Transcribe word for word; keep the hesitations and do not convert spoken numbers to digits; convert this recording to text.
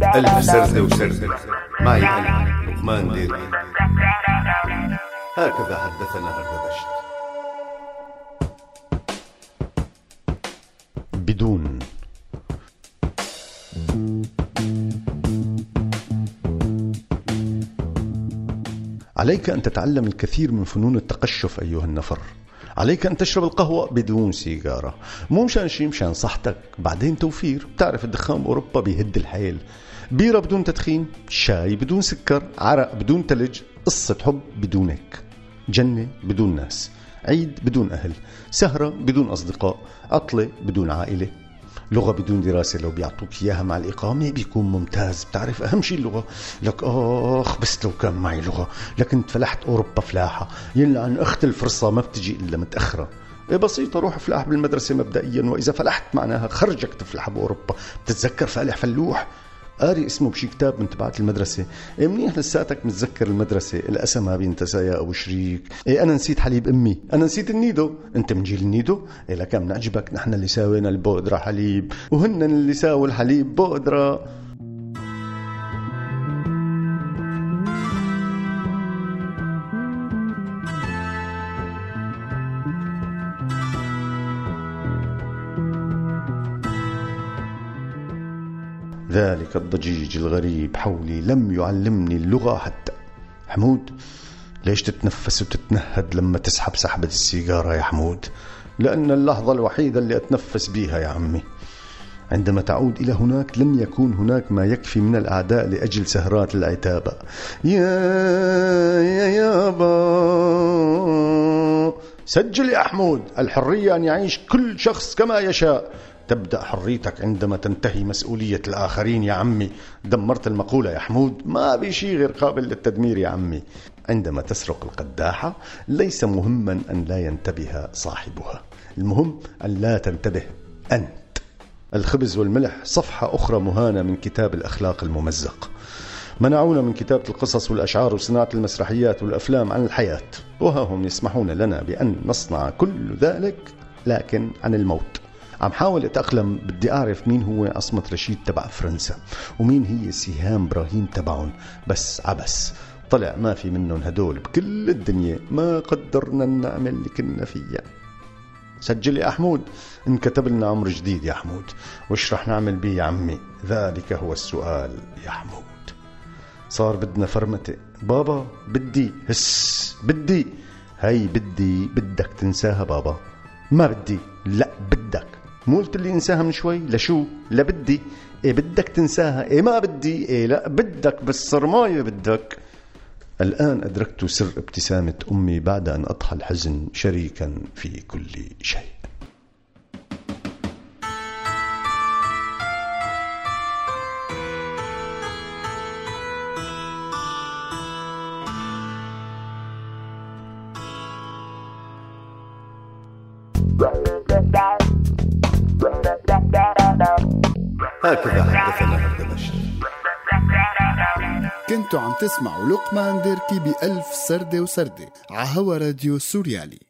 ألف سردة وسردة معي أنا لقمان ديركي. هكذا حدثنا هردبشت. بدون عليك أن تتعلم الكثير من فنون التقشف أيها النفر. عليك أن تشرب القهوة بدون سيجارة، مو مشان شي، مشان صحتك. بعدين توفير، بتعرف الدخان بأوروبا بيهد الحيل. بيرة بدون تدخين، شاي بدون سكر، عرق بدون تلج، قصة حب بدونك، جنة بدون ناس، عيد بدون أهل، سهرة بدون أصدقاء، عطلة بدون عائلة، لغة بدون دراسة. لو بيعطوك إياها مع الإقامة بيكون ممتاز. بتعرف أهم شيء اللغة. لك آخ بس لو كان معي لغة لكنت فلحت أوروبا فلاحة. يلعن أخت الفرصة ما بتجي إلا متأخرة. إيه بسيطة، روح فلاح بالمدرسة مبدئيا، وإذا فلحت معناها خرجك تفلح بأوروبا. بتتذكر فالح فلوح؟ قاري اسمه بشي كتاب من تبعات المدرسة. إيه منيح لساتك متذكر المدرسة. الأسى ما بينتسى يا أبو شريك. إيه أنا نسيت حليب أمي، أنا نسيت النيدو. أنت من جيل النيدو؟ إيه لكم نعجبك، نحن اللي ساوينا البودرة حليب وهن اللي ساووا الحليب بودرة. ذلك الضجيج الغريب حولي لم يعلمني اللغة حتى. حمود، ليش تتنفس وتتنهد لما تسحب سحبة السيجارة يا حمود؟ لأن اللحظة الوحيدة اللي أتنفس بيها يا عمي. عندما تعود إلى هناك لن يكون هناك ما يكفي من الأعداء لأجل سهرات العتابة. يا يا يابا. سجل يا حمود، الحرية أن يعيش كل شخص كما يشاء. تبدأ حريتك عندما تنتهي مسؤولية الآخرين يا عمي. دمرت المقولة يا حمود، ما بشي غير قابل للتدمير يا عمي. عندما تسرق القداحة ليس مهما أن لا ينتبه صاحبها، المهم أن لا تنتبه أنت. الخبز والملح صفحة أخرى مهانة من كتاب الأخلاق الممزق. منعونا من كتابة القصص والأشعار وصناعة المسرحيات والأفلام عن الحياة، وها هم يسمحون لنا بأن نصنع كل ذلك لكن عن الموت. عم حاول أتأقلم، بدي أعرف مين هو عصمة رشيد تبع فرنسا ومين هي سهام إبراهيم تبعهم، بس عبس طلع ما في منهم هدول بكل الدنيا. ما قدرنا نعمل اللي كنا فيها. سجل يا حمود، انكتب لنا عمر جديد يا حمود، وش رح نعمل بيه يا عمي؟ ذلك هو السؤال يا حمود. صار بدنا فرمتة. بابا بدي هس بدي هاي بدي بدك تنساها بابا. ما بدي. لا بدك. مو قلت لي انساها من شوي؟ لشو؟ لا بدي. ايه بدك تنساها؟ ايه ما بدي. ايه لا بدك بس صرماية بدك. الآن أدركت سر ابتسامة أمي بعد أن أضحى الحزن شريكا في كل شيء. هكذا حدثنا هردبشت. كنتوا عم تسمعوا لقمان ديركي بألف سردة وسردة عهوا راديو سوريالي.